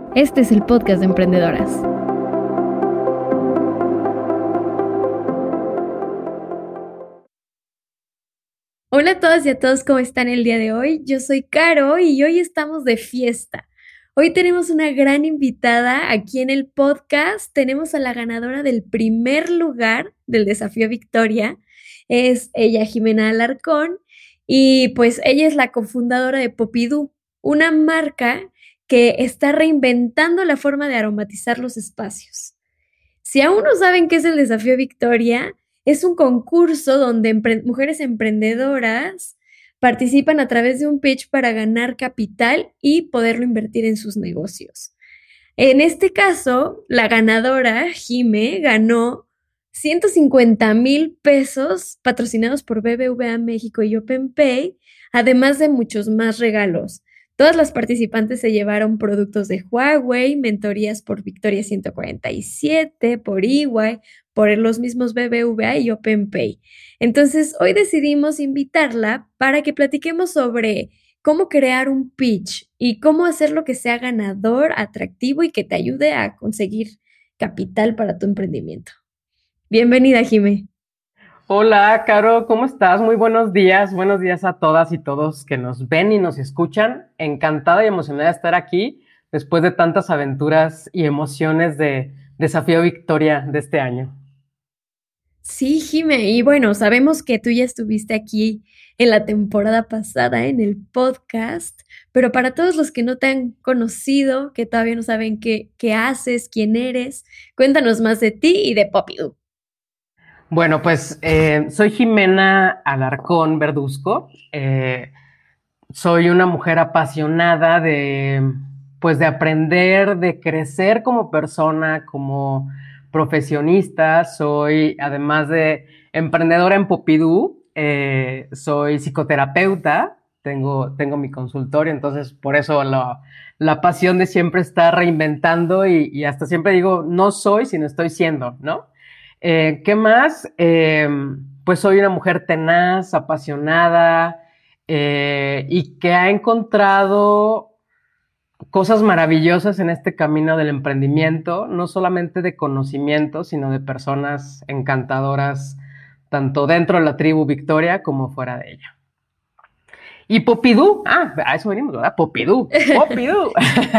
Este es el podcast de Emprendedoras. Hola a todas y a todos, ¿cómo están el día de hoy? Yo soy Caro y hoy estamos de fiesta. Hoy tenemos una gran invitada aquí en el podcast. Tenemos a la ganadora del primer lugar del Desafío Victoria. Es ella, Jimena Alarcón, y pues ella es la cofundadora de Popidú, una marca que está reinventando la forma de aromatizar los espacios. Si aún no saben qué es el Desafío Victoria, es un concurso donde mujeres emprendedoras participan a través de un pitch para ganar capital y poderlo invertir en sus negocios. En este caso, la ganadora, Jime, ganó 150,000 pesos patrocinados por BBVA México y OpenPay, además de muchos más regalos. Todas las participantes se llevaron productos de Huawei, mentorías por Victoria 147, por EY, por los mismos BBVA y OpenPay. Entonces, hoy decidimos invitarla para que platiquemos sobre cómo crear un pitch y cómo hacerlo que sea ganador, atractivo y que te ayude a conseguir capital para tu emprendimiento. Bienvenida, Jime. Hola, Caro, ¿cómo estás? Muy buenos días. Buenos días a todas y todos que nos ven y nos escuchan. Encantada y emocionada de estar aquí después de tantas aventuras y emociones de Desafío Victoria de este año. Sí, Jime, y bueno, sabemos que tú ya estuviste aquí en la temporada pasada en el podcast, pero para todos los que no te han conocido, que todavía no saben qué haces, quién eres, cuéntanos más de ti y de Popidú. Bueno, pues soy Jimena Alarcón Verduzco. Soy una mujer apasionada pues de aprender, de crecer como persona, como profesionista. Soy, además de emprendedora en Popidú, soy psicoterapeuta, tengo mi consultorio, entonces por eso la pasión de siempre estar reinventando y hasta siempre digo, no soy, sino estoy siendo, ¿no? ¿Qué más? Pues soy una mujer tenaz, apasionada, y que ha encontrado cosas maravillosas en este camino del emprendimiento, no solamente de conocimiento, sino de personas encantadoras, tanto dentro de la tribu Victoria como fuera de ella. Y Popidú, a eso venimos, ¿verdad? Popidú, Popidú.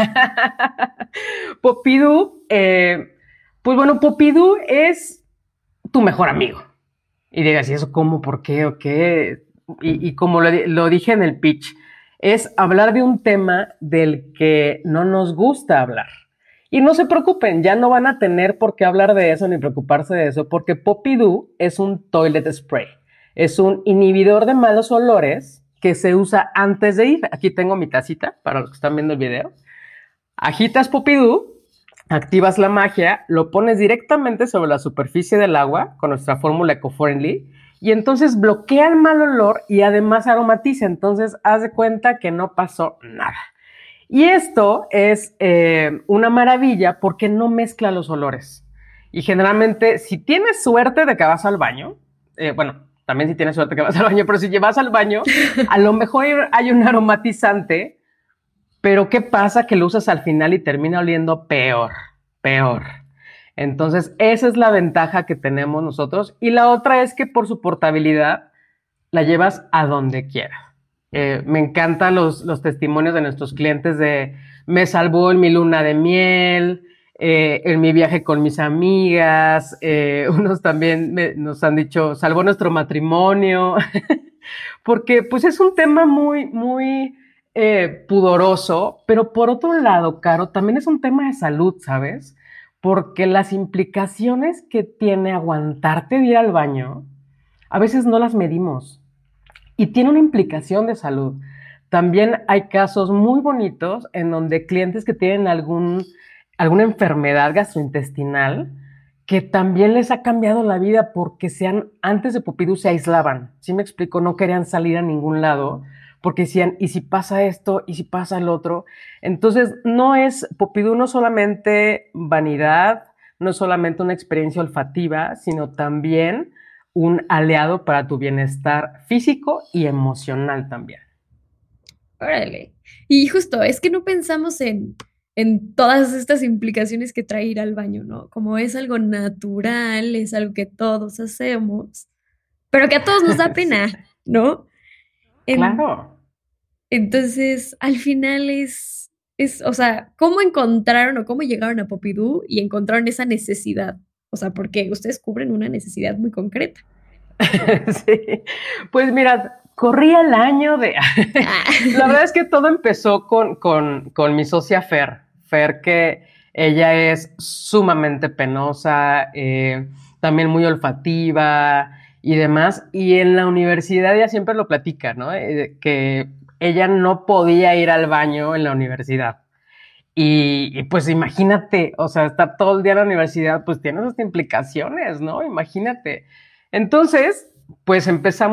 Popidú, pues bueno, Popidú es tu mejor amigo. Y digas, ¿y eso cómo? ¿Por qué? ¿O qué? Y como lo dije en el pitch, es hablar de un tema del que no nos gusta hablar. Y no se preocupen, ya no van a tener por qué hablar de eso ni preocuparse de eso, porque Popidú es un toilet spray. Es un inhibidor de malos olores que se usa antes de ir. Aquí tengo mi tacita para los que están viendo el video. Agitas Popidú, activas la magia, lo pones directamente sobre la superficie del agua con nuestra fórmula eco-friendly y entonces bloquea el mal olor y además aromatiza. Entonces haz de cuenta que no pasó nada. Y esto es una maravilla porque no mezcla los olores. Y generalmente, si tienes suerte de que vas al baño, bueno, también si tienes suerte que vas al baño, pero si vas al baño, a lo mejor hay un aromatizante, pero ¿qué pasa? Que lo usas al final y termina oliendo peor, peor. Entonces, esa es la ventaja que tenemos nosotros. Y la otra es que por su portabilidad la llevas a donde quieras. Me encantan los testimonios de nuestros clientes de me salvó en mi luna de miel, en mi viaje con mis amigas, unos también nos han dicho salvó nuestro matrimonio, porque pues es un tema muy pudoroso, pero por otro lado, Caro, también es un tema de salud, ¿sabes? Porque las implicaciones que tiene aguantarte de ir al baño, a veces no las medimos y tiene una implicación de salud. También hay casos muy bonitos en donde clientes que tienen alguna enfermedad gastrointestinal que también les ha cambiado la vida porque antes de Popidú se aislaban. ¿Sí me explico? No querían salir a ningún lado porque decían, ¿y si pasa esto? ¿Y si pasa el otro? Entonces, Popidú no solamente vanidad, no solamente una experiencia olfativa, sino también un aliado para tu bienestar físico y emocional también. Órale. Y justo, es que no pensamos en en todas estas implicaciones que trae ir al baño, ¿no? Como es algo natural, es algo que todos hacemos, pero que a todos nos da Sí, pena, ¿no? En- claro. entonces, al final o sea, ¿cómo encontraron o cómo llegaron a Popidú y encontraron esa necesidad? O sea, porque ustedes cubren una necesidad muy concreta. Sí. Pues mira, corría el año de... Ah, La verdad es que todo empezó con mi socia Fer. Fer, que ella es sumamente penosa, también muy olfativa y demás. Y en la universidad ella siempre lo platica, ¿no? Que ella no podía ir al baño en la universidad. Y pues imagínate, o sea, estar todo el día en la universidad, pues tiene esas implicaciones, ¿no? Imagínate. Entonces, pues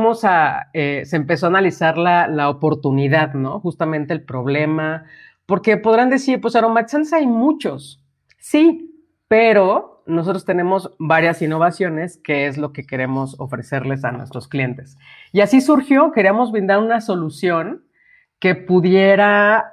se empezó a analizar la oportunidad, ¿no? Justamente el problema, porque podrán decir, pues aromatizantes hay muchos, sí, pero nosotros tenemos varias innovaciones, que es lo que queremos ofrecerles a nuestros clientes. Y así surgió, queríamos brindar una solución que pudiera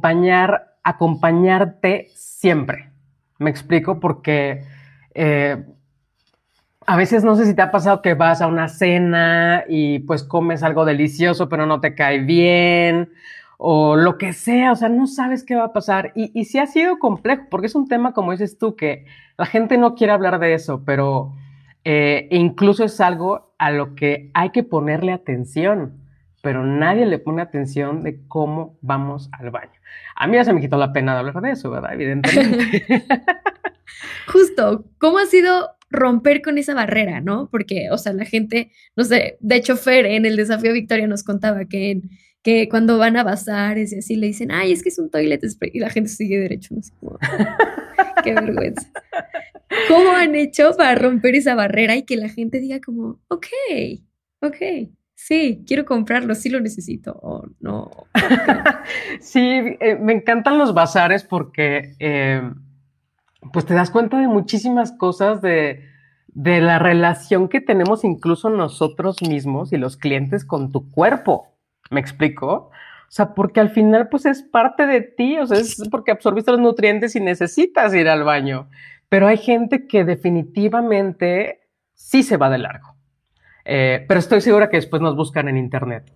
acompañarte siempre. Me explico porque eh, a veces no sé si te ha pasado que vas a una cena y pues comes algo delicioso pero no te cae bien o lo que sea, o sea, no sabes qué va a pasar. Y sí ha sido complejo porque es un tema, como dices tú, que la gente no quiere hablar de eso, pero incluso es algo a lo que hay que ponerle atención, pero nadie le pone atención de cómo vamos al baño. A mí ya se me quitó la pena de hablar de eso, ¿verdad? Evidentemente. justo, ¿cómo ha sido romper con esa barrera, no? Porque, o sea, la gente, no sé, de hecho, Fer en el Desafío Victoria nos contaba que cuando van a bazares y así le dicen, ay, es que es un toilet spray, y la gente sigue derecho, no sé cómo, qué vergüenza. ¿Cómo han hecho para romper esa barrera y que la gente diga como, ok, ok, sí, quiero comprarlo, sí lo necesito, o no, ¿qué onda? Sí, me encantan los bazares porque pues te das cuenta de muchísimas cosas de la relación que tenemos incluso nosotros mismos y los clientes con tu cuerpo. ¿Me explico? O sea, porque al final pues es parte de ti, o sea, es porque absorbiste los nutrientes y necesitas ir al baño. Pero hay gente que definitivamente sí se va de largo. Pero estoy segura que después nos buscan en internet.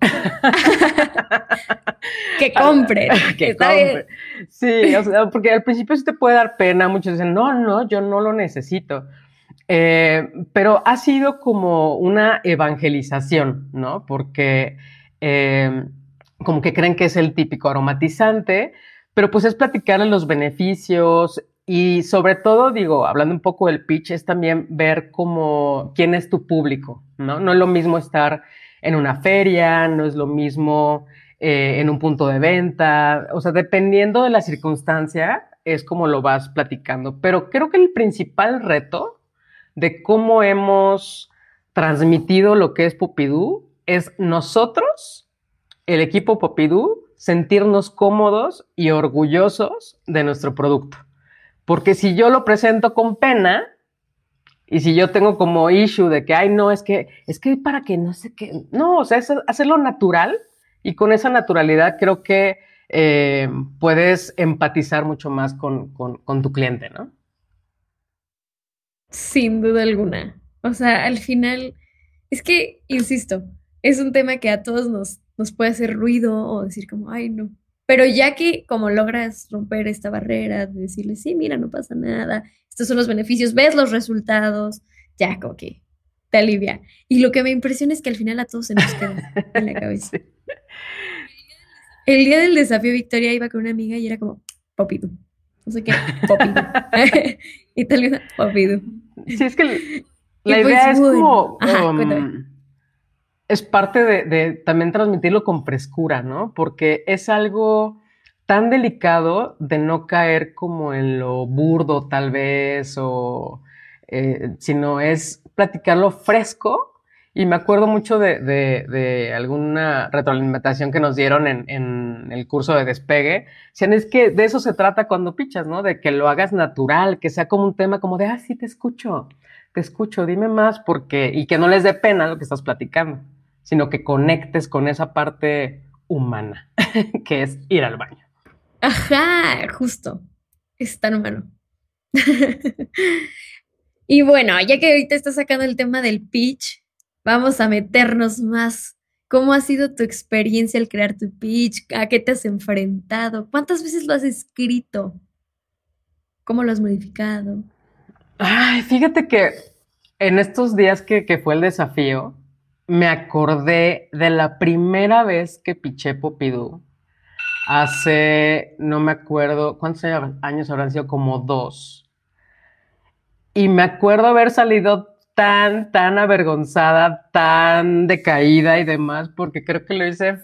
Que compren, Que está bien. compre. Sí, o sea, porque al principio sí te puede dar pena, muchos dicen, no, no, yo no lo necesito. Pero ha sido como una evangelización, ¿no? Porque eh, como que creen que es el típico aromatizante, pero pues es platicarles los beneficios y sobre todo, digo, hablando un poco del pitch, es también ver cómo, quién es tu público, ¿no? No es lo mismo estar en una feria, no es lo mismo en un punto de venta, o sea, dependiendo de la circunstancia, es como lo vas platicando. Pero creo que el principal reto de cómo hemos transmitido lo que es Popidú es nosotros, el equipo Popidú, sentirnos cómodos y orgullosos de nuestro producto. Porque si yo lo presento con pena y si yo tengo como issue de que, ay, no, es que para que no sé qué, no, o sea, es hacerlo natural y con esa naturalidad creo que puedes empatizar mucho más con tu cliente, ¿no? Sin duda alguna. O sea, al final, es que, insisto, es un tema que a todos nos puede hacer ruido o decir como, ay, no. Pero ya que como logras romper esta barrera de decirle, sí, mira, no pasa nada, estos son los beneficios, ves los resultados, ya como que te alivia. Y lo que me impresiona es que al final a todos se nos queda en la cabeza. Sí. El día del desafío Victoria iba con una amiga y era como, Popidu. No sé qué, Popidu. Y tal vez, Popidu. Sí, es que Y la pues idea es bueno, como, ajá, cuéntame. es parte de también transmitirlo con frescura, ¿no? Porque es algo tan delicado de no caer como en lo burdo tal vez, o sino es platicarlo fresco. Y me acuerdo mucho de alguna retroalimentación que nos dieron en el curso de despegue. Decían, es que de eso se trata cuando pichas, ¿no? De que lo hagas natural, que sea como un tema como de, ah, sí, te escucho, dime más, porque, y que no les dé pena lo que estás platicando, sino que conectes con esa parte humana, que es ir al baño. Ajá, justo. Es tan humano. Y bueno, ya que ahorita estás sacando el tema del pitch, vamos a meternos más. ¿Cómo ha sido tu experiencia al crear tu pitch? ¿A qué te has enfrentado? ¿Cuántas veces lo has escrito? ¿Cómo lo has modificado? Ay, fíjate que en estos días que fue el desafío, me acordé de la primera vez que piché Popidú. Hace, no me acuerdo, ¿cuántos años habrán sido? Como 2. Y me acuerdo haber salido tan avergonzada, tan decaída y demás, porque creo que lo hice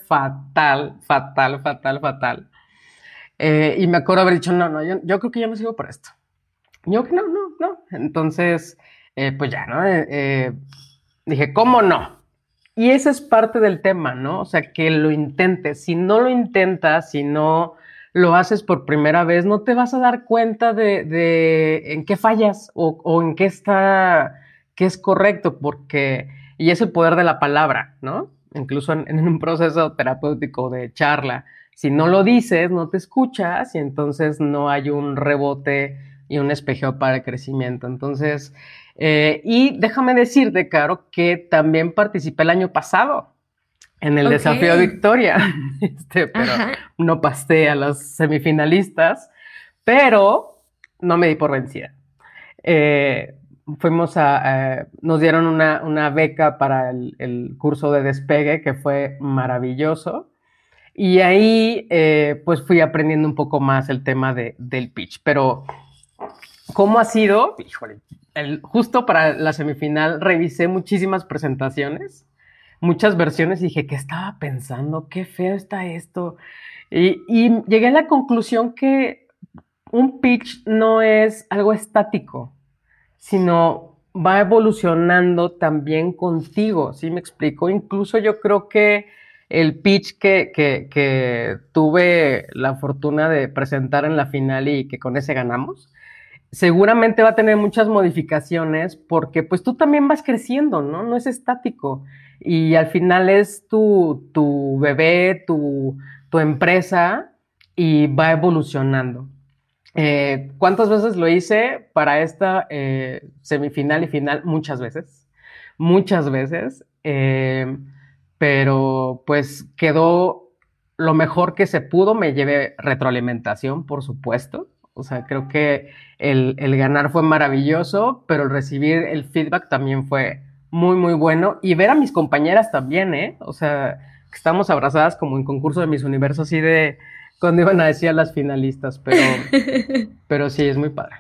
fatal. Y me acuerdo haber dicho, no, yo creo que ya no sigo por esto. Yo que no. Entonces, pues ya, ¿no? Dije, ¿cómo no? Y ese es parte del tema, ¿no? O sea, que lo intentes. Si no lo intentas, si no lo haces por primera vez, no te vas a dar cuenta de en qué fallas o en qué está, qué es correcto, porque, y es el poder de la palabra, ¿no? Incluso en un proceso terapéutico de charla, si no lo dices, no te escuchas y entonces no hay un rebote y un espejo para el crecimiento. Entonces, y déjame decirte, Caro, que también participé el año pasado en el Ok. desafío Victoria, pero Ajá. no pasé a las semifinalistas, pero no me di por vencida. Eh, nos dieron una beca para el curso de despegue, que fue maravilloso. Y ahí, pues fui aprendiendo un poco más el tema del pitch. Pero, ¿cómo ha sido? Híjole, justo para la semifinal revisé muchísimas presentaciones, muchas versiones y dije, ¿qué estaba pensando? Qué feo está esto. Y llegué a la conclusión que un pitch no es algo estático, sino va evolucionando también contigo, ¿sí me explico? Incluso yo creo que el pitch que tuve la fortuna de presentar en la final y que con ese ganamos, seguramente va a tener muchas modificaciones porque pues tú también vas creciendo, ¿no? No es estático. Y al final es tu bebé, tu empresa y va evolucionando. ¿Cuántas veces lo hice para esta semifinal y final? Muchas veces, pero pues quedó lo mejor que se pudo, me llevé retroalimentación, por supuesto, o sea, creo que el ganar fue maravilloso, pero el recibir el feedback también fue muy bueno, y ver a mis compañeras también, o sea, que estamos abrazadas como en concurso de Miss Universo, así de cuando iban a decir a las finalistas, pero sí, es muy padre.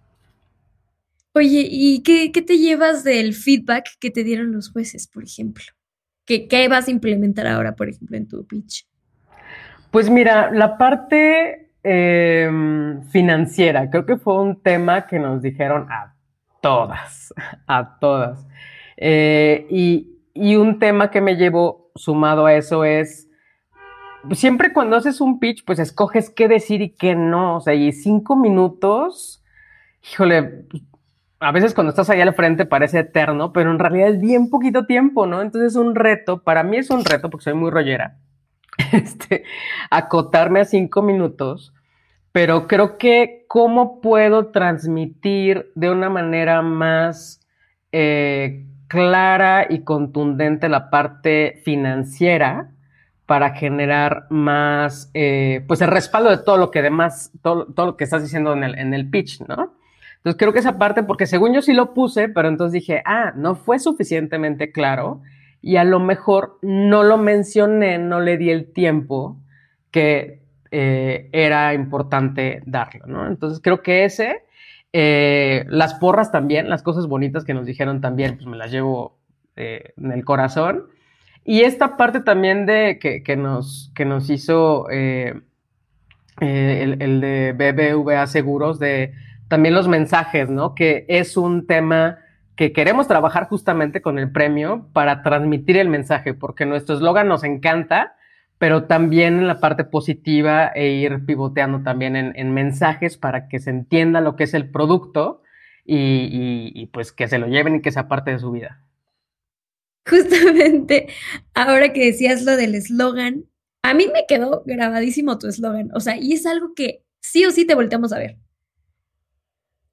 Oye, ¿y qué te llevas del feedback que te dieron los jueces, por ejemplo? ¿Qué vas a implementar ahora, por ejemplo, en tu pitch? Pues mira, la parte financiera, creo que fue un tema que nos dijeron todas, a todas. Y un tema que me llevó sumado a eso es, siempre cuando haces un pitch, pues escoges qué decir y qué no. O sea, y 5 minutos, híjole, a veces cuando estás allá al frente parece eterno, pero en realidad es bien poquito tiempo, ¿no? Entonces es un reto, para mí es un reto porque soy muy rollera, este, acotarme a 5 minutos, pero creo que cómo puedo transmitir de una manera más clara y contundente la parte financiera para generar más, pues el respaldo de todo lo que demás, todo lo que estás diciendo en el pitch, ¿no? Entonces creo que esa parte, porque según yo sí lo puse, pero entonces dije, no fue suficientemente claro y a lo mejor no lo mencioné, no le di el tiempo que era importante darlo, ¿no? Entonces creo que las porras también, las cosas bonitas que nos dijeron también, pues me las llevo en el corazón. Y esta parte también de que nos hizo el de BBVA Seguros, de también los mensajes, ¿no? Que es un tema que queremos trabajar justamente con el premio para transmitir el mensaje, porque nuestro eslogan nos encanta, pero también en la parte positiva e ir pivoteando también en mensajes para que se entienda lo que es el producto y pues que se lo lleven y que sea parte de su vida. Justamente, ahora que decías lo del eslogan, a mí me quedó grabadísimo tu eslogan, o sea, y es algo que sí o sí te volteamos a ver.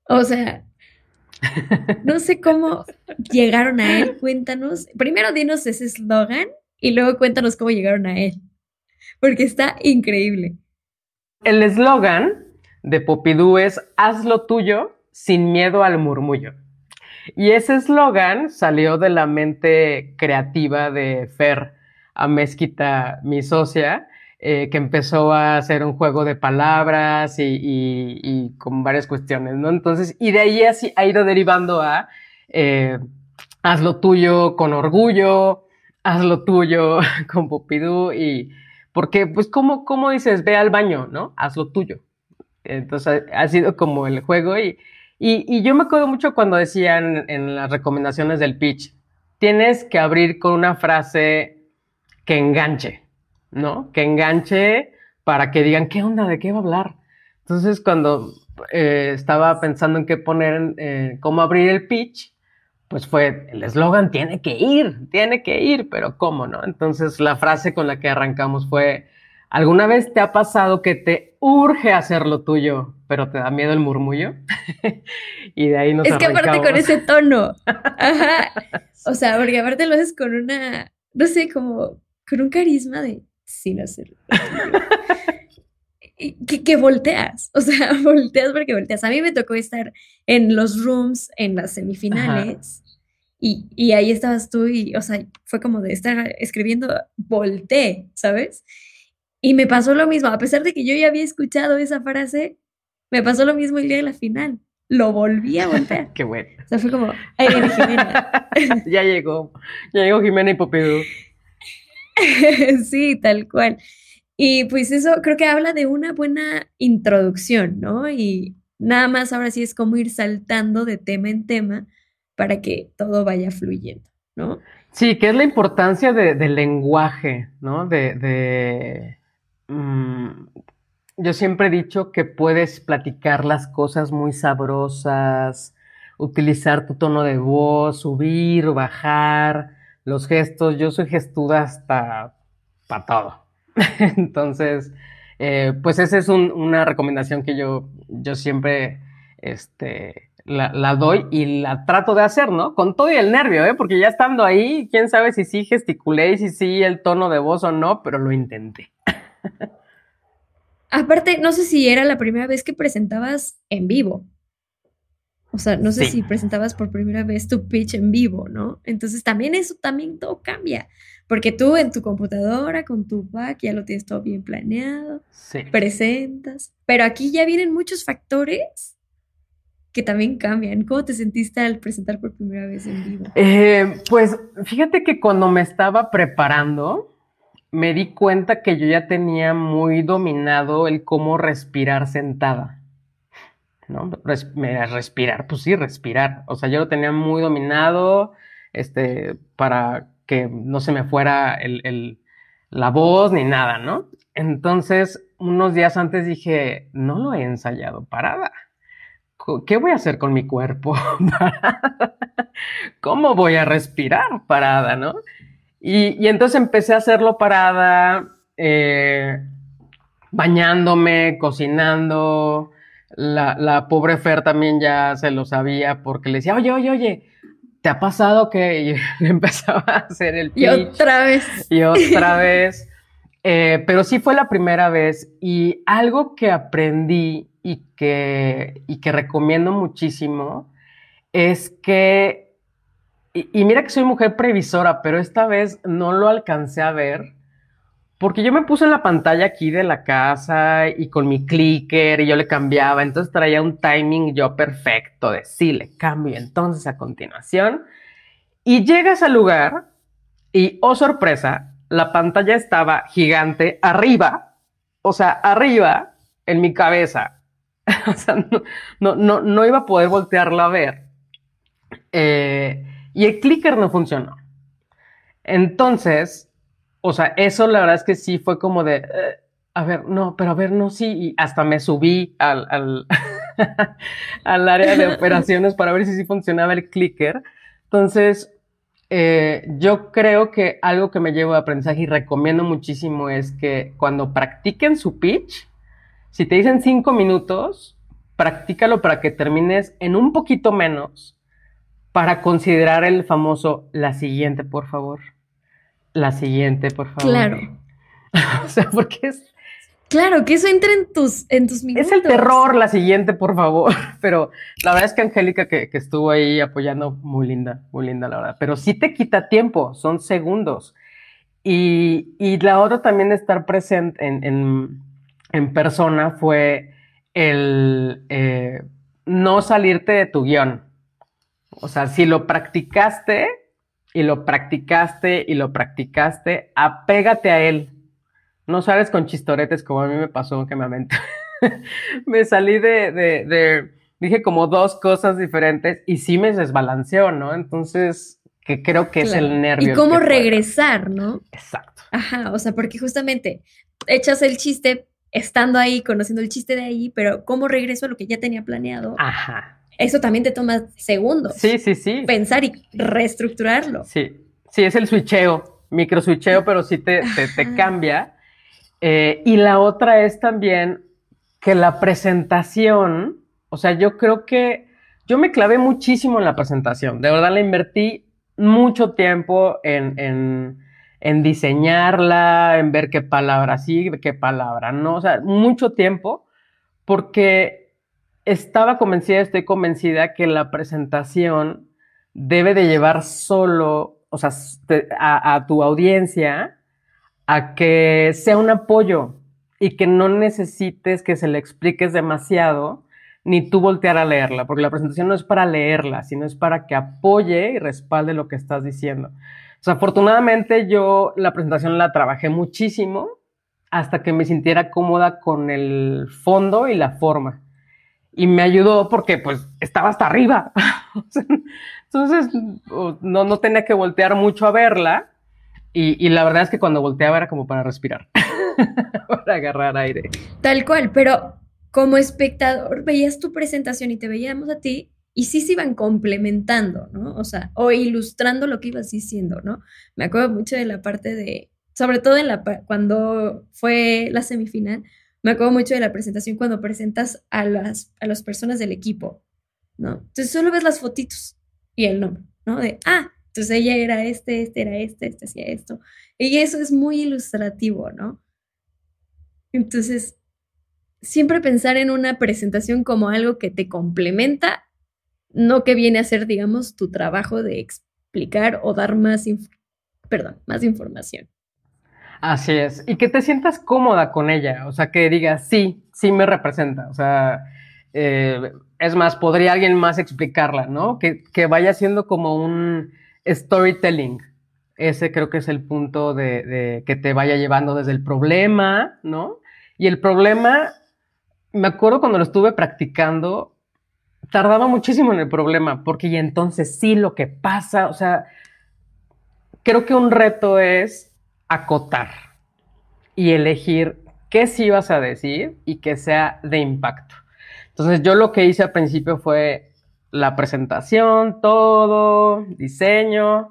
O sea, no sé cómo llegaron a él, cuéntanos. Primero dinos ese eslogan y luego cuéntanos cómo llegaron a él, porque está increíble. El eslogan de Popidú es haz lo tuyo sin miedo al murmullo. Y ese eslogan salió de la mente creativa de Fer Amezquita, mi socia, que empezó a hacer un juego de palabras y con varias cuestiones, ¿no? Entonces, y de ahí así ha ido derivando a eh, haz lo tuyo con orgullo, haz lo tuyo con Popidú y porque, pues, ¿cómo dices? Ve al baño, ¿no? Haz lo tuyo. Entonces ha sido como el juego y yo me acuerdo mucho cuando decían en las recomendaciones del pitch, tienes que abrir con una frase que enganche, ¿no? Que enganche para que digan, ¿qué onda? ¿De qué va a hablar? Entonces cuando estaba pensando en qué poner, cómo abrir el pitch, pues fue, el eslogan tiene que ir, pero ¿cómo no? Entonces la frase con la que arrancamos fue, ¿alguna vez te ha pasado que te urge hacer lo tuyo, pero te da miedo el murmullo? Y de ahí nos Es que aparte con arrancamos. ese tono, ajá, o sea, porque aparte lo haces con una, no sé, como con un carisma de sin hacer lo tuyo. Y que volteas, o sea, volteas porque volteas. A mí me tocó estar en los rooms en las Ajá. semifinales y ahí estabas tú y, o sea, fue como de estar escribiendo, volteé, ¿sabes? Y me pasó lo mismo, a pesar de que yo ya había escuchado esa frase, me pasó lo mismo el día de la final. Lo volví a voltear. Qué bueno. O sea, fue como, ahí viene Jimena. Ya llegó, ya llegó Jimena y Popidú. Sí, tal cual. Y pues eso creo que habla de una buena introducción, ¿no? Y nada más ahora sí es como ir saltando de tema en tema para que todo vaya fluyendo, ¿no? Sí, que es la importancia del lenguaje, ¿no? Yo siempre he dicho que puedes platicar las cosas muy sabrosas, utilizar tu tono de voz, subir, bajar, los gestos. Yo soy gestuda hasta para todo. Entonces, pues esa es una recomendación que yo siempre la doy y la trato de hacer, ¿no? Con todo y el nervio, ¿eh? Porque ya estando ahí, quién sabe si sí gesticulé, si sí el tono de voz o no, pero lo intenté. Aparte, no sé si era la primera vez que presentabas en vivo. O sea, no sé Sí, si presentabas por primera vez tu pitch en vivo, ¿no? Entonces también eso también todo cambia, porque tú en tu computadora con tu back ya lo tienes todo bien planeado, sí. presentas, pero aquí ya vienen muchos factores que también cambian. ¿Cómo te sentiste al presentar por primera vez en vivo? Pues fíjate que cuando me estaba preparando, me di cuenta que yo ya tenía muy dominado el cómo respirar sentada, ¿no? Respirar, pues sí, respirar. O sea, yo lo tenía muy dominado, para que no se me fuera la voz ni nada, ¿no? Entonces, unos días antes dije, no lo he ensayado parada. ¿Qué voy a hacer con mi cuerpo? ¿Cómo voy a respirar parada, no? Y entonces empecé a hacerlo parada, bañándome, cocinando. La pobre Fer también ya se lo sabía porque le decía, oye, ¿te ha pasado que y empezaba a hacer el Y pitch otra vez. y otra vez? Pero sí fue la primera vez y algo que aprendí y que recomiendo muchísimo es que, y mira que soy mujer previsora, pero esta vez no lo alcancé a ver porque yo me puse en la pantalla aquí de la casa y con mi clicker y yo le cambiaba, entonces traía un timing yo perfecto de sí, le cambio entonces a continuación. Y llegas al lugar y, oh sorpresa, la pantalla estaba gigante arriba, o sea, arriba en mi cabeza. O sea, no iba a poder voltearla a ver. Y el clicker no funcionó. Entonces, o sea, eso la verdad es que sí fue como de, a ver, no, pero a ver, no, sí, y hasta me subí al área de operaciones para ver si sí funcionaba el clicker. Entonces, yo creo que algo que me llevo de aprendizaje y recomiendo muchísimo es que cuando practiquen su pitch, si te dicen 5 minutos, practícalo para que termines en un poquito menos para considerar el famoso la siguiente, por favor. La siguiente, por favor. Claro. O sea, porque Claro, que eso entre en tus minutos. es el terror, la siguiente, por favor. Pero la verdad es que Angélica, que estuvo ahí apoyando, muy linda, la verdad. Pero sí te quita tiempo, son segundos. Y la otra también de estar presente en persona fue el no salirte de tu guión. O sea, si lo practicaste y lo practicaste y lo practicaste, apégate a él. No sales con chistoretes como a mí me pasó que me aventé. Me salí dije como dos cosas diferentes y sí me desbalanceó, ¿no? Entonces, que creo que es el nervio. Y cómo regresar, ¿no? Exacto. Ajá, o sea, porque justamente echas el chiste estando ahí, conociendo el chiste de ahí, pero cómo regreso a lo que ya tenía planeado. Ajá. Eso también te toma segundos. Sí. Pensar y reestructurarlo. Sí, es el switcheo, micro switcheo, pero sí te cambia. Y la otra es también que la presentación, o sea, yo creo que yo me clavé muchísimo en la presentación, de verdad le invertí mucho tiempo en diseñarla, en ver qué palabra sí, qué palabra no, o sea, mucho tiempo, porque estoy convencida que la presentación debe de llevar solo, o sea, a tu audiencia a que sea un apoyo y que no necesites que se le expliques demasiado ni tú voltear a leerla, porque la presentación no es para leerla, sino es para que apoye y respalde lo que estás diciendo. O sea, afortunadamente yo la presentación la trabajé muchísimo hasta que me sintiera cómoda con el fondo y la forma. Y me ayudó porque pues estaba hasta arriba. Entonces no tenía que voltear mucho a verla. Y la verdad es que cuando volteaba era como para respirar, para agarrar aire. Tal cual, pero como espectador veías tu presentación y te veíamos a ti y sí se iban complementando, ¿no? O sea, o ilustrando lo que ibas diciendo, ¿no? Me acuerdo mucho de la parte de, sobre todo cuando fue la semifinal, me acuerdo mucho de la presentación cuando presentas a las personas del equipo, ¿no? Entonces solo ves las fotitos y el nombre, ¿no? Entonces ella era este era este hacía esto. Y eso es muy ilustrativo, ¿no? Entonces, siempre pensar en una presentación como algo que te complementa, no que viene a ser, digamos, tu trabajo de explicar o dar más información. Así es. Y que te sientas cómoda con ella. O sea, que digas, sí me representa. O sea, es más, podría alguien más explicarla, ¿no? Que vaya siendo como un storytelling. Ese creo que es el punto de que te vaya llevando desde el problema, ¿no? Y el problema, me acuerdo cuando lo estuve practicando, tardaba muchísimo en el problema, porque y entonces sí lo que pasa, o sea, creo que un reto es acotar y elegir qué sí vas a decir y que sea de impacto. Entonces yo lo que hice al principio fue la presentación, todo, diseño,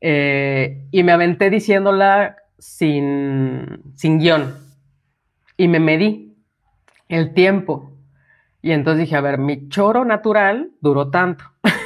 y me aventé diciéndola sin guión. Y me medí el tiempo. Y entonces dije, a ver, mi choro natural duró tanto.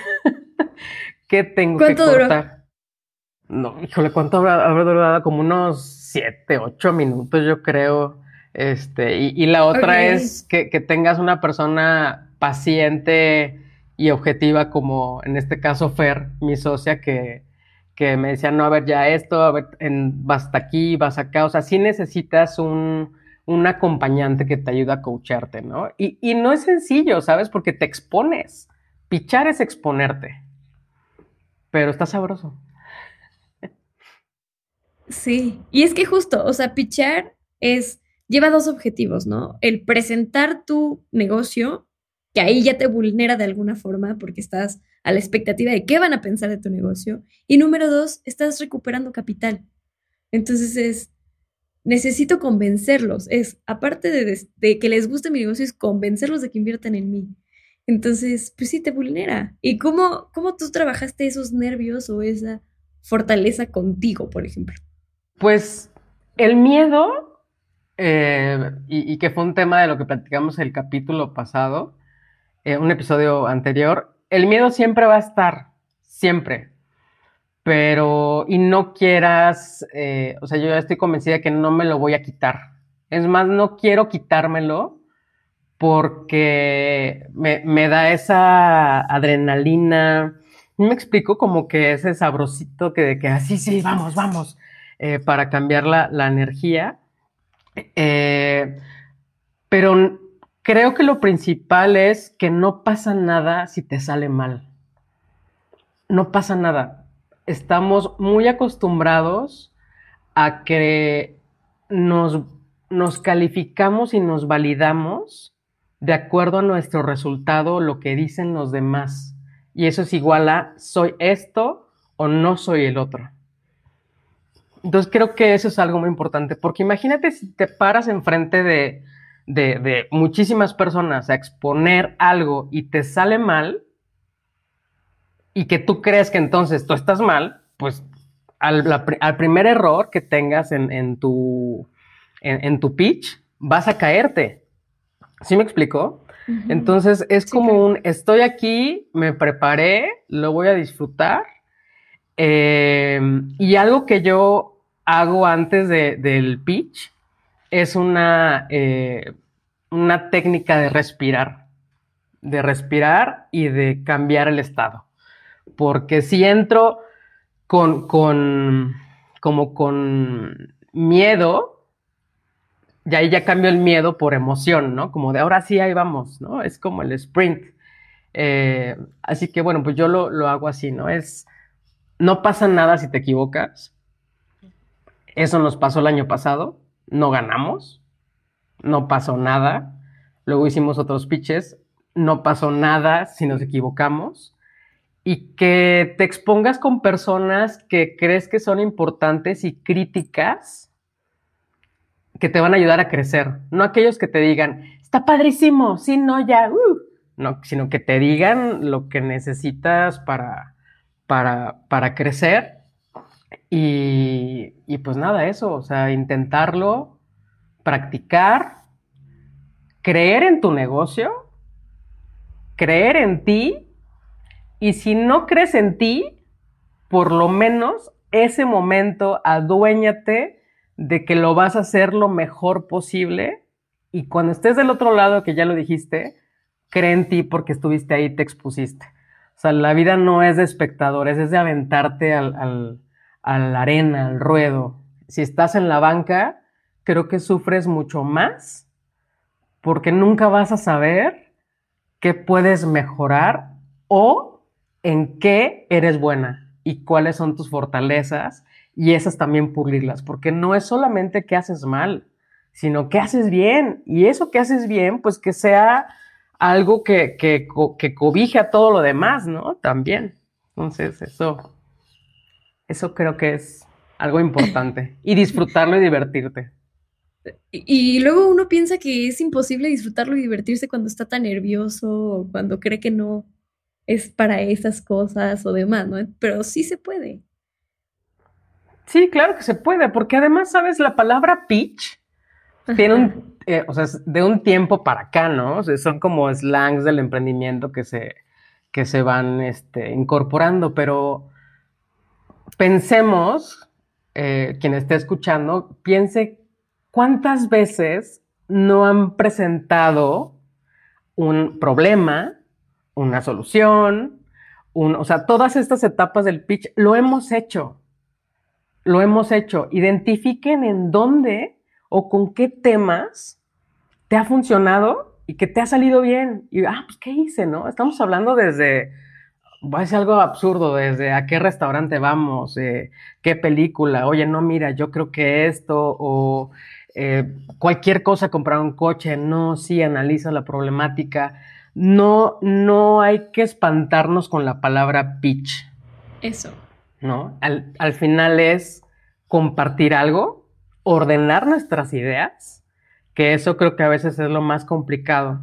¿Qué tengo que cortar? ¿Cuánto duró? No, híjole, ¿cuánto habrá durado? Como unos 7, 8 minutos, yo creo. Y la otra es que tengas una persona paciente y objetiva, como en este caso Fer, mi socia, que me decía, no, a ver, ya esto, a ver, vas hasta aquí, vas acá. O sea, sí necesitas un acompañante que te ayude a coacharte, ¿no? Y no es sencillo, ¿sabes? Porque te expones. Pichar es exponerte. Pero está sabroso. Sí, y es que justo, o sea, pitchar lleva dos objetivos, ¿no? El presentar tu negocio, que ahí ya te vulnera de alguna forma porque estás a la expectativa de qué van a pensar de tu negocio. Y número dos, estás recuperando capital. Entonces necesito convencerlos. Aparte de que les guste mi negocio, es convencerlos de que inviertan en mí. Entonces, pues sí, te vulnera. ¿Y cómo tú trabajaste esos nervios o esa fortaleza contigo, por ejemplo? Pues el miedo, y que fue un tema de lo que platicamos el capítulo pasado, un episodio anterior, el miedo siempre va a estar, siempre. Pero, y no quieras, o sea, yo ya estoy convencida que no me lo voy a quitar. Es más, no quiero quitármelo porque me da esa adrenalina. Me explico como que ese sabrosito que de que así, sí, vamos, vamos, para cambiar la energía. Eh, pero creo que lo principal es que no pasa nada si te sale mal. No pasa nada. Estamos muy acostumbrados a que nos, nos calificamos y nos validamos de acuerdo a nuestro resultado, lo que dicen los demás. Y eso es igual a soy esto o no soy el otro. Entonces creo que eso es algo muy importante, porque imagínate si te paras enfrente de muchísimas personas a exponer algo y te sale mal y que tú crees que entonces tú estás mal, pues al primer error que tengas en tu pitch, vas a caerte. ¿Sí me explico? Ujú. Entonces es Sí, como claro. un, estoy aquí, me preparé, lo voy a disfrutar. Y algo que yo hago antes del pitch es una técnica de respirar y de cambiar el estado. Porque si entro con, como con miedo, y ahí ya cambio el miedo por emoción, ¿no? Como de ahora sí, ahí vamos, ¿no? Es como el sprint. Así que bueno, pues yo lo hago así, ¿no? No pasa nada si te equivocas. Eso nos pasó el año pasado. No ganamos. No pasó nada. Luego hicimos otros pitches. No pasó nada si nos equivocamos. Y que te expongas con personas que crees que son importantes y críticas que te van a ayudar a crecer. No aquellos que te digan, está padrísimo, sí, no, ya, no, sino que te digan lo que necesitas para crecer. Y pues nada, eso, o sea, intentarlo, practicar, creer en tu negocio, creer en ti, y si no crees en ti, por lo menos ese momento aduéñate de que lo vas a hacer lo mejor posible y cuando estés del otro lado, que ya lo dijiste, cree en ti porque estuviste ahí y te expusiste. O sea, la vida no es de espectadores, es de aventarte a la arena, al ruedo. Si estás en la banca, creo que sufres mucho más porque nunca vas a saber qué puedes mejorar o en qué eres buena y cuáles son tus fortalezas y esas también pulirlas, porque no es solamente que haces mal, sino que haces bien y eso que haces bien, pues que sea algo que cobije a todo lo demás, ¿no? También. Entonces, eso creo que es algo importante y disfrutarlo y divertirte. Y luego uno piensa que es imposible disfrutarlo y divertirse cuando está tan nervioso o cuando cree que no es para esas cosas o demás, ¿no? Pero sí se puede. Sí, claro que se puede, porque además, ¿sabes? La palabra pitch tiene Ajá. o sea, de un tiempo para acá, ¿no? O sea, son como slangs del emprendimiento que se van incorporando, pero pensemos, quien esté escuchando, piense cuántas veces no han presentado un problema, una solución, o sea, todas estas etapas del pitch lo hemos hecho. Lo hemos hecho. Identifiquen en dónde o con qué temas te ha funcionado y que te ha salido bien. Y, pues, ¿qué hice, no? Estamos hablando desde, va a decir algo absurdo, desde a qué restaurante vamos, qué película, oye, no, mira, yo creo que esto, o cualquier cosa, comprar un coche, no, sí, analiza la problemática. No, no hay que espantarnos con la palabra pitch. Eso. ¿No? Al final es compartir algo, ordenar nuestras ideas, que eso creo que a veces es lo más complicado.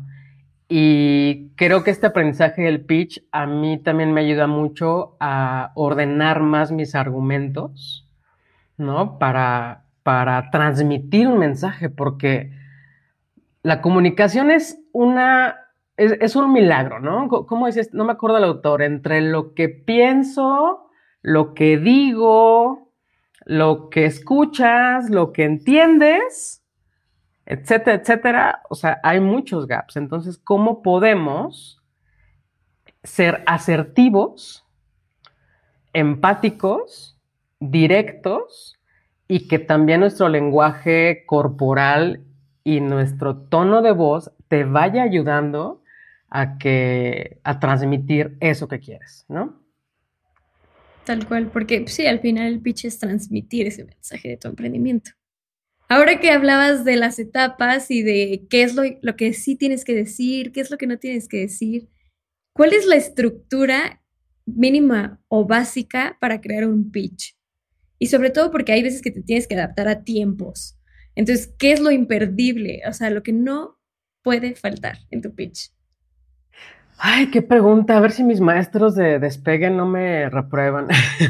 Y creo que este aprendizaje del pitch a mí también me ayuda mucho a ordenar más mis argumentos, ¿no? Para transmitir un mensaje, porque la comunicación es es un milagro, ¿no? ¿Cómo dices? No me acuerdo el autor, entre lo que pienso, lo que digo, lo que escuchas, lo que entiendes, etcétera, etcétera. O sea, hay muchos gaps. Entonces, ¿cómo podemos ser asertivos, empáticos, directos y que también nuestro lenguaje corporal y nuestro tono de voz te vaya ayudando a transmitir eso que quieres, ¿no? Tal cual, porque sí, al final el pitch es transmitir ese mensaje de tu emprendimiento. Ahora que hablabas de las etapas y de qué es lo que sí tienes que decir, qué es lo que no tienes que decir, ¿cuál es la estructura mínima o básica para crear un pitch? Y sobre todo porque hay veces que te tienes que adaptar a tiempos. Entonces, ¿qué es lo imperdible? O sea, lo que no puede faltar en tu pitch. Ay, qué pregunta. A ver si mis maestros de despegue no me reprueban.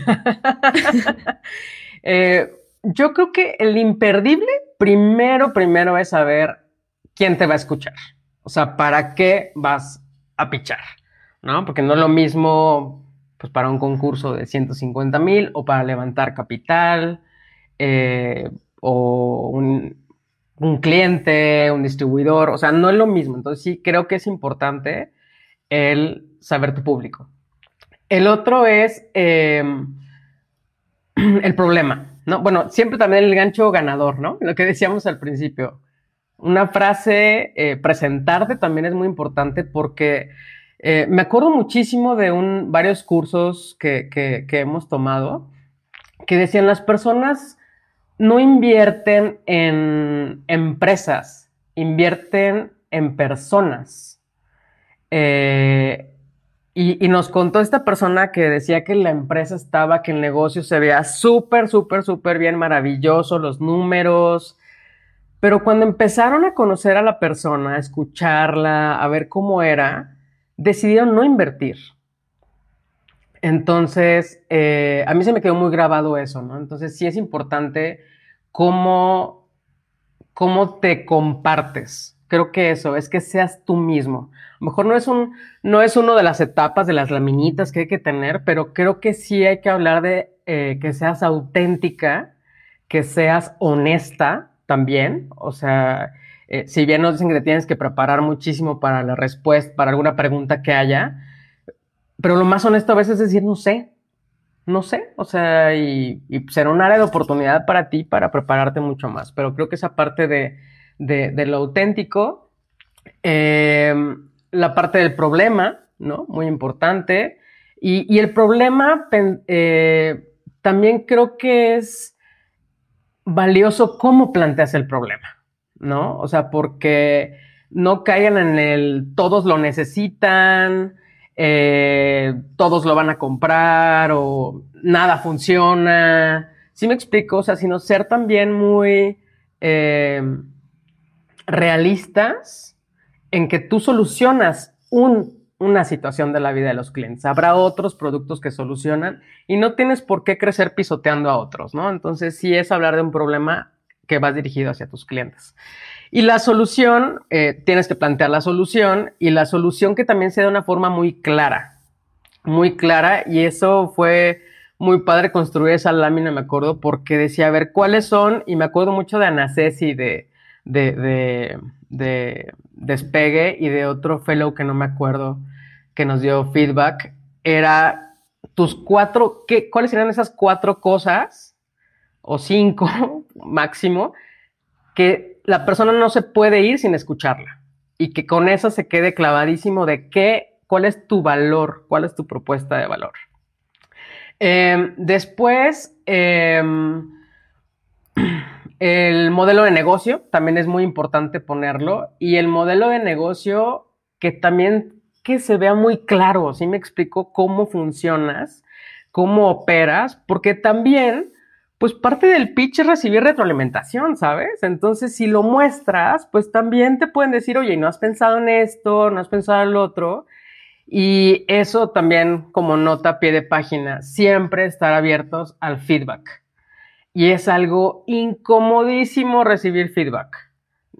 Eh, yo creo que el imperdible primero es saber quién te va a escuchar. O sea, ¿para qué vas a pichar? ¿No? Porque no es lo mismo pues, para un concurso de 150,000 o para levantar capital o un cliente, un distribuidor. O sea, no es lo mismo. Entonces sí creo que es importante el saber tu público. El otro es el problema, ¿no? Bueno, siempre también el gancho ganador, ¿no? Lo que decíamos al principio. Una frase, presentarte también es muy importante porque me acuerdo muchísimo de varios cursos que hemos tomado que decían las personas no invierten en empresas, invierten en personas. Y nos contó esta persona que decía que la empresa estaba, que el negocio se veía súper bien, maravilloso, los números, pero cuando empezaron a conocer a la persona, a escucharla, a ver cómo era, decidieron no invertir. Entonces, a mí se me quedó muy grabado eso, ¿no? Entonces, sí es importante cómo, cómo te compartes. Creo que eso, es que seas tú mismo. A lo mejor no es uno de las etapas de las laminitas que hay que tener, pero creo que sí hay que hablar de que seas auténtica, que seas honesta también. O sea, si bien nos dicen que te tienes que preparar muchísimo para la respuesta, para alguna pregunta que haya, pero lo más honesto a veces es decir, no sé, o sea, y será un área de oportunidad para ti para prepararte mucho más. Pero creo que esa parte de lo auténtico, eh, la parte del problema, ¿no? Muy importante. Y el problema también creo que es valioso cómo planteas el problema, ¿no? O sea, porque no caigan en todos lo necesitan, todos lo van a comprar o nada funciona. ¿Sí me explico? O sea, sino ser también muy eh, realistas en que tú solucionas una situación de la vida de los clientes. Habrá otros productos que solucionan y no tienes por qué crecer pisoteando a otros, ¿no? Entonces sí es hablar de un problema que va dirigido hacia tus clientes. Y la solución, tienes que plantear la solución y la solución que también sea de una forma muy clara, y eso fue muy padre construir esa lámina, me acuerdo, porque decía, a ver, ¿cuáles son? Y me acuerdo mucho de Anacesi, de Despegue y de otro fellow que no me acuerdo, que nos dio feedback, era ¿cuáles serían esas 4 cosas, o 5 máximo, que la persona no se puede ir sin escucharla? Y que con eso se quede clavadísimo de cuál es tu valor, cuál es tu propuesta de valor. Después, el modelo de negocio también es muy importante ponerlo, y el modelo de negocio que también que se vea muy claro, ¿sí me explico? Cómo funcionas, cómo operas, porque también, pues parte del pitch es recibir retroalimentación, ¿sabes? Entonces, si lo muestras, pues también te pueden decir, oye, ¿no has pensado en esto? ¿No has pensado en lo otro? Y eso también como nota a pie de página, siempre estar abiertos al feedback. Y es algo incomodísimo recibir feedback.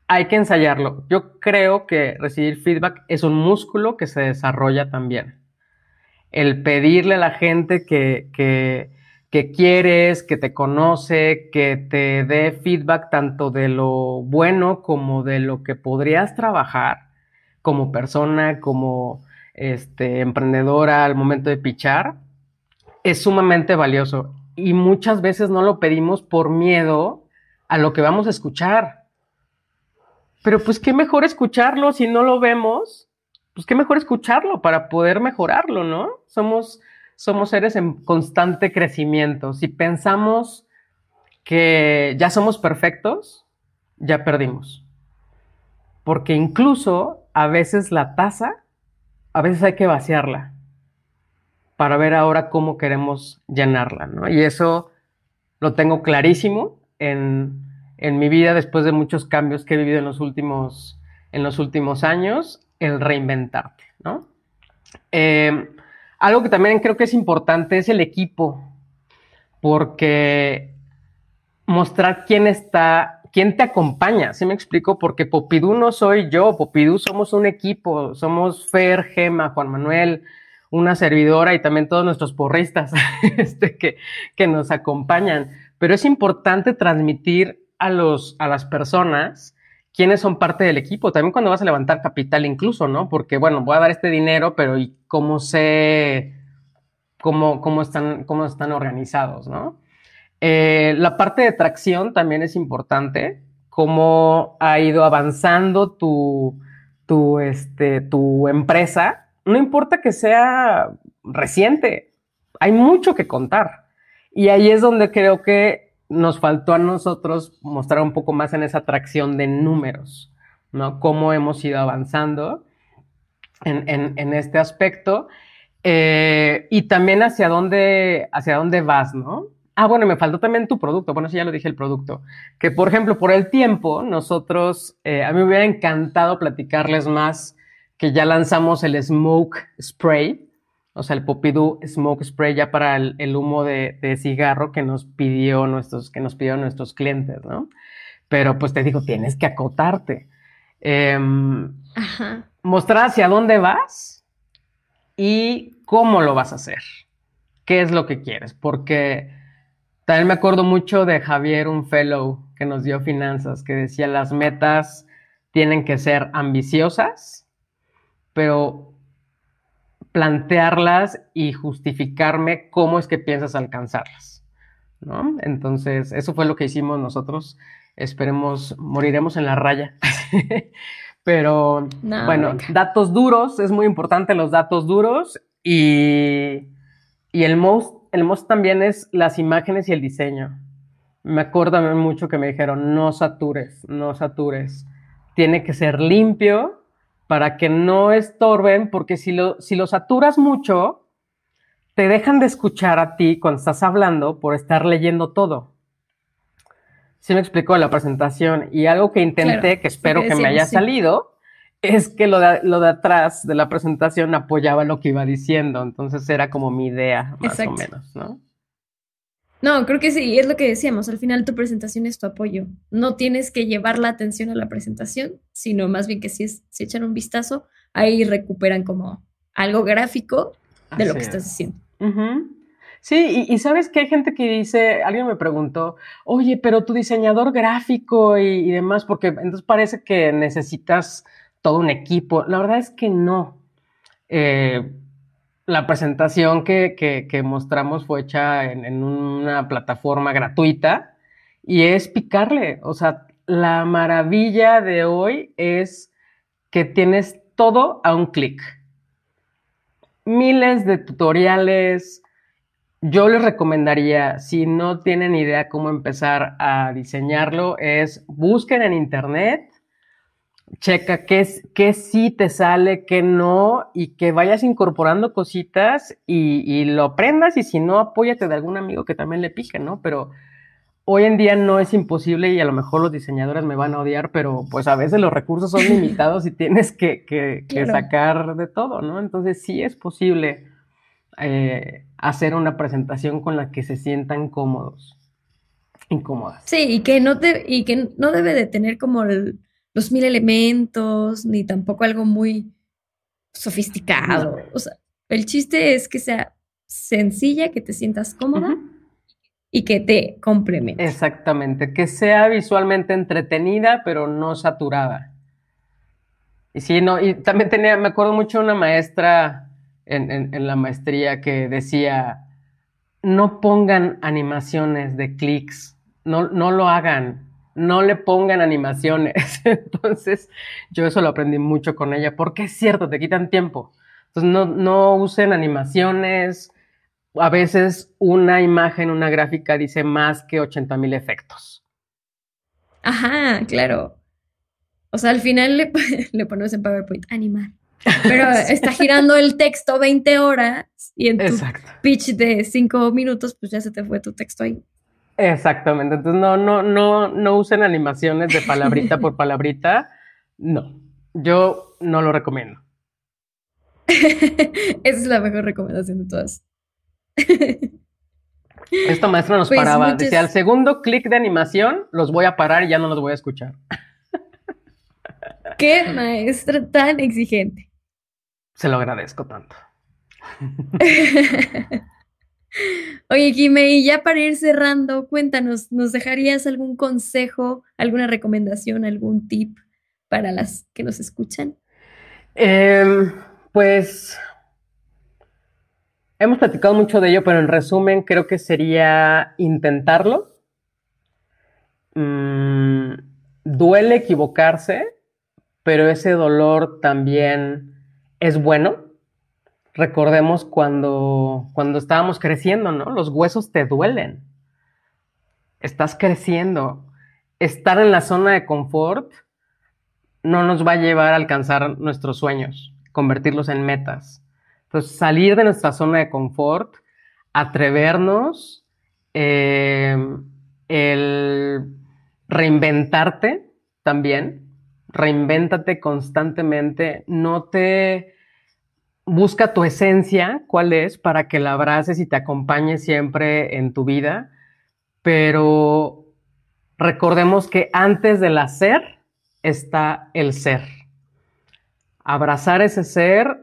hay que ensayarlo. Yo creo que recibir feedback es un músculo que se desarrolla también. El pedirle a la gente que quieres, que te conoce, que te dé feedback tanto de lo bueno como de lo que podrías trabajar como persona, como emprendedora al momento de pitchar, es sumamente valioso. Y muchas veces no lo pedimos por miedo a lo que vamos a escuchar. Pero pues qué mejor escucharlo si no lo vemos, pues qué mejor escucharlo para poder mejorarlo, ¿no? Somos seres en constante crecimiento. Si pensamos que ya somos perfectos, ya perdimos. Porque incluso a veces la taza, a veces hay que vaciarla para ver ahora cómo queremos llenarla, ¿no? Y eso lo tengo clarísimo en mi vida después de muchos cambios que he vivido en los últimos años, el reinventarte, ¿no? Algo que también creo que es importante es el equipo, porque mostrar quién te acompaña, ¿sí me explico? Porque Popidú no soy yo, Popidú somos un equipo, somos Fer, Gema, Juan Manuel, una servidora y también todos nuestros porristas que nos acompañan. Pero es importante transmitir a las personas quiénes son parte del equipo, también cuando vas a levantar capital incluso, ¿no? Porque, bueno, voy a dar este dinero, pero ¿y cómo sé cómo están organizados, ¿no? La parte de tracción también es importante, cómo ha ido avanzando tu empresa. No importa que sea reciente, hay mucho que contar. Y ahí es donde creo que nos faltó a nosotros mostrar un poco más en esa tracción de números, ¿no? Cómo hemos ido avanzando en este aspecto. Y también hacia dónde vas, ¿no? Ah, bueno, me faltó también tu producto. Bueno, sí, ya lo dije, el producto. Que, por ejemplo, por el tiempo, nosotros, a mí me hubiera encantado platicarles más que ya lanzamos el Smoke Spray, o sea, el Popidú Smoke Spray ya para el humo de cigarro que nos pidieron nuestros clientes, ¿no? Pero pues te digo, tienes que acotarte. Mostrar hacia dónde vas y cómo lo vas a hacer. ¿Qué es lo que quieres? Porque también me acuerdo mucho de Javier, un fellow que nos dio finanzas, que decía las metas tienen que ser ambiciosas, pero plantearlas y justificarme cómo es que piensas alcanzarlas, ¿no? Entonces, eso fue lo que hicimos nosotros. Esperemos, moriremos en la raya. Pero, no, bueno, venga. Datos duros, es muy importante los datos duros y el most también es las imágenes y el diseño. Me acuerdo mucho que me dijeron, no satures, tiene que ser limpio para que no estorben, porque si lo saturas mucho, te dejan de escuchar a ti cuando estás hablando por estar leyendo todo. Sí me explicó la presentación y algo que intenté, claro, que espero que me haya salido, es que lo de atrás de la presentación apoyaba lo que iba diciendo, entonces era como mi idea, más o menos, ¿no? No, creo que sí, es lo que decíamos, al final tu presentación es tu apoyo, no tienes que llevar la atención a la presentación, sino más bien que si echan un vistazo, ahí recuperan como algo gráfico de lo que estás diciendo. Sí, y sabes que hay gente que dice, alguien me preguntó, oye, pero tu diseñador gráfico y demás, porque entonces parece que necesitas todo un equipo. La verdad es que no. La presentación que mostramos fue hecha en una plataforma gratuita y es picarle. O sea, la maravilla de hoy es que tienes todo a un clic. Miles de tutoriales. Yo les recomendaría, si no tienen idea cómo empezar a diseñarlo, es busquen en internet, checa qué sí te sale, qué no, y que vayas incorporando cositas y lo aprendas, y si no, apóyate de algún amigo que también le pique, ¿no? Pero hoy en día no es imposible y a lo mejor los diseñadores me van a odiar, pero pues a veces los recursos son limitados y tienes que sacar de todo, ¿no? Entonces sí es posible hacer una presentación con la que se sientan incómodas. Sí, y que no debe de tener como los mil elementos, ni tampoco algo muy No. sofisticado. O sea, el chiste es que sea sencilla, que te sientas Ujú. cómoda y que te complemente. Exactamente, que sea visualmente entretenida, pero no saturada. Y sí, no, y también tenía, me acuerdo mucho de una maestra en la maestría que decía, no pongan animaciones de clics, no lo hagan, no le pongan animaciones. Entonces, yo eso lo aprendí mucho con ella, porque es cierto, te quitan tiempo. Entonces, no usen animaciones. A veces una imagen, una gráfica dice más que 80,000 efectos. Ajá, claro. O sea, al final le ponemos en PowerPoint animar. Pero Sí, está girando el texto 20 horas y en tu exacto. pitch de 5 minutos, pues ya se te fue tu texto ahí. Exactamente. Entonces, no usen animaciones de palabrita por palabrita. No. Yo no lo recomiendo. Esa es la mejor recomendación de todas. Esta maestra nos Pues paraba, decía, al muchas, segundo clic de animación, los voy a parar y ya no los voy a escuchar. qué maestra tan exigente. Se lo agradezco tanto. Oye, Jime, y ya para ir cerrando, cuéntanos, ¿nos dejarías algún consejo, alguna recomendación, algún tip para las que nos escuchan? Eh, pues hemos platicado mucho de ello, pero en resumen creo que sería intentarlo. Mm, duele equivocarse, pero ese dolor también es bueno. Recordemos cuando estábamos creciendo, ¿no? Los huesos te duelen. Estás creciendo. Estar en la zona de confort no nos va a llevar a alcanzar nuestros sueños, convertirlos en metas. Entonces, salir de nuestra zona de confort, atrevernos, eh, el reinventarte también, reinvéntate constantemente, no te busca tu esencia, cuál es, para que la abraces y te acompañe siempre en tu vida, pero recordemos que antes del hacer está el ser. Abrazar ese ser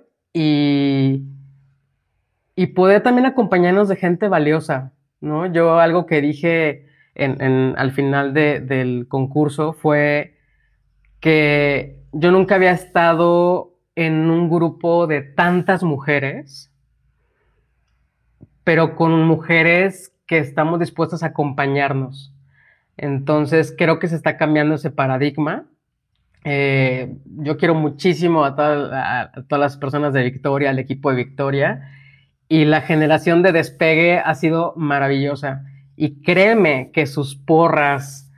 y poder también acompañarnos de gente valiosa, ¿no? Yo algo que dije al final del concurso fue que yo nunca había estado en un grupo de tantas mujeres, pero con mujeres que estamos dispuestas a acompañarnos. Entonces creo que se está cambiando ese paradigma. Yo quiero muchísimo a todas las personas de Victoria, al equipo de Victoria, y la generación de despegue ha sido maravillosa. Y créeme que sus porras,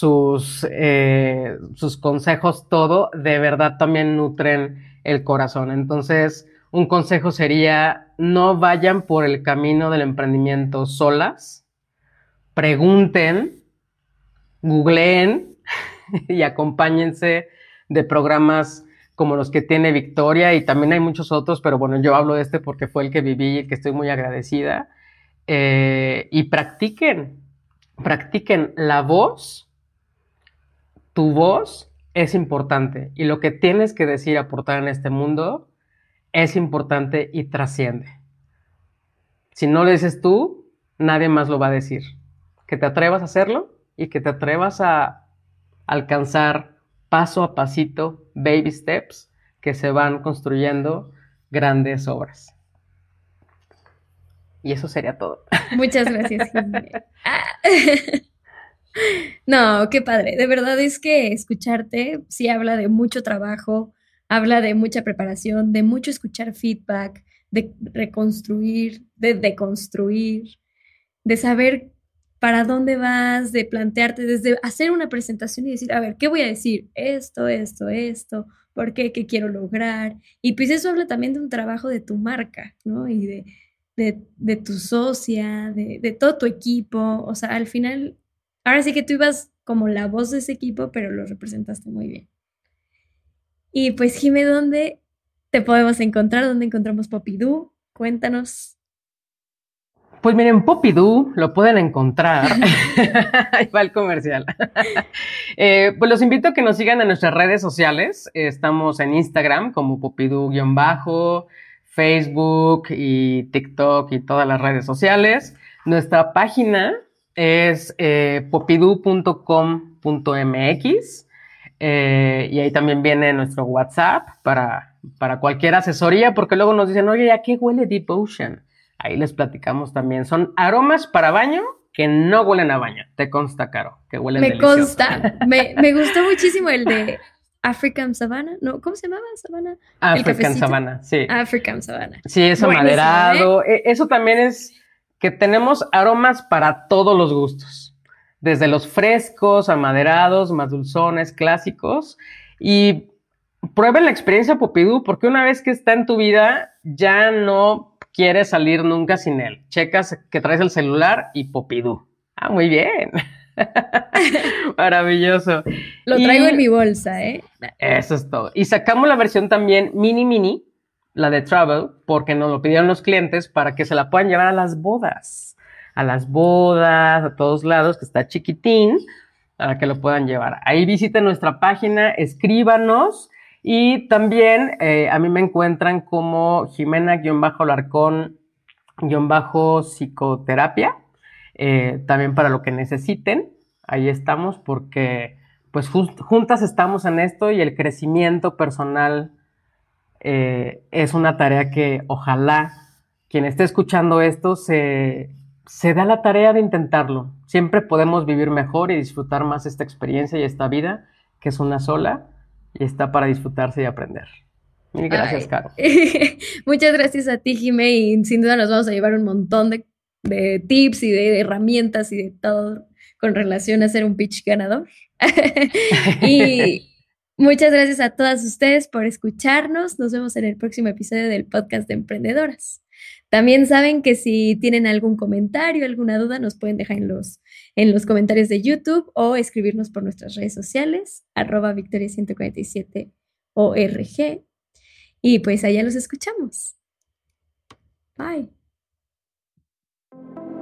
sus consejos, todo, de verdad también nutren el corazón. Entonces, un consejo sería, no vayan por el camino del emprendimiento solas, pregunten, googleen y acompáñense de programas como los que tiene Victoria y también hay muchos otros, pero bueno, yo hablo de este porque fue el que viví y el que estoy muy agradecida. Y practiquen la voz, tu voz es importante y lo que tienes que decir, aportar en este mundo es importante y trasciende. Si no lo dices tú, nadie más lo va a decir. Que te atrevas a hacerlo y que te atrevas a alcanzar paso a pasito, baby steps, que se van construyendo grandes obras. Y eso sería todo. Muchas gracias, Jime. Ah. No, qué padre. De verdad es que escucharte sí habla de mucho trabajo, habla de mucha preparación, de mucho escuchar feedback, de reconstruir, de deconstruir, de saber para dónde vas, de plantearte, desde hacer una presentación y decir, a ver, ¿qué voy a decir? Esto, ¿por qué? ¿Qué quiero lograr? Y pues eso habla también de un trabajo de tu marca, ¿no? Y de tu socia, de todo tu equipo. O sea, al final, ahora sí que tú ibas como la voz de ese equipo, pero lo representaste muy bien. Y pues, Jime, ¿dónde te podemos encontrar? ¿Dónde encontramos Popidú? Cuéntanos. Pues miren, Popidú lo pueden encontrar. Ahí va el comercial. Pues los invito a que nos sigan en nuestras redes sociales. Estamos en Instagram como Popidú-, Facebook y TikTok y todas las redes sociales. Nuestra página es popidú.com.mx y ahí también viene nuestro WhatsApp para cualquier asesoría, porque luego nos dicen, oye, ¿a qué huele Deep Ocean? Ahí les platicamos también. Son aromas para baño que no huelen a baño. Te consta, Caro, que huelen Me delicioso. consta. Me gustó muchísimo el de African Savannah. No, ¿cómo se llamaba? Savannah. African Savannah, sí. African Savannah. Sí, es amaderado. Eso también es que tenemos aromas para todos los gustos. Desde los frescos, amaderados, más dulzones, clásicos. Y prueben la experiencia Popidú, porque una vez que está en tu vida, ya no quieres salir nunca sin él. Checas que traes el celular y Popidú. Ah, muy bien. Maravilloso. Lo traigo en mi bolsa, ¿eh? Eso es todo. Y sacamos la versión también mini, la de Travel, porque nos lo pidieron los clientes para que se la puedan llevar a las bodas. A todos lados, que está chiquitín, para que lo puedan llevar. Ahí visiten nuestra página, escríbanos. Y también a mí me encuentran como Jimena-Larcón-psicoterapia. También para lo que necesiten. Ahí estamos porque pues juntas estamos en esto y el crecimiento personal es una tarea que ojalá quien esté escuchando esto se da la tarea de intentarlo. Siempre podemos vivir mejor y disfrutar más esta experiencia y esta vida, que es una sola y está para disfrutarse y aprender. Mil gracias, Caro. Muchas gracias a ti, Jimé, y sin duda nos vamos a llevar un montón de tips y de herramientas y de todo con relación a ser un pitch ganador. Y muchas gracias a todas ustedes por escucharnos. Nos vemos en el próximo episodio del podcast de Emprendedoras. También saben que si tienen algún comentario, alguna duda, nos pueden dejar en los comentarios de YouTube o escribirnos por nuestras redes sociales, @victoria147org. Y pues allá los escuchamos. Bye.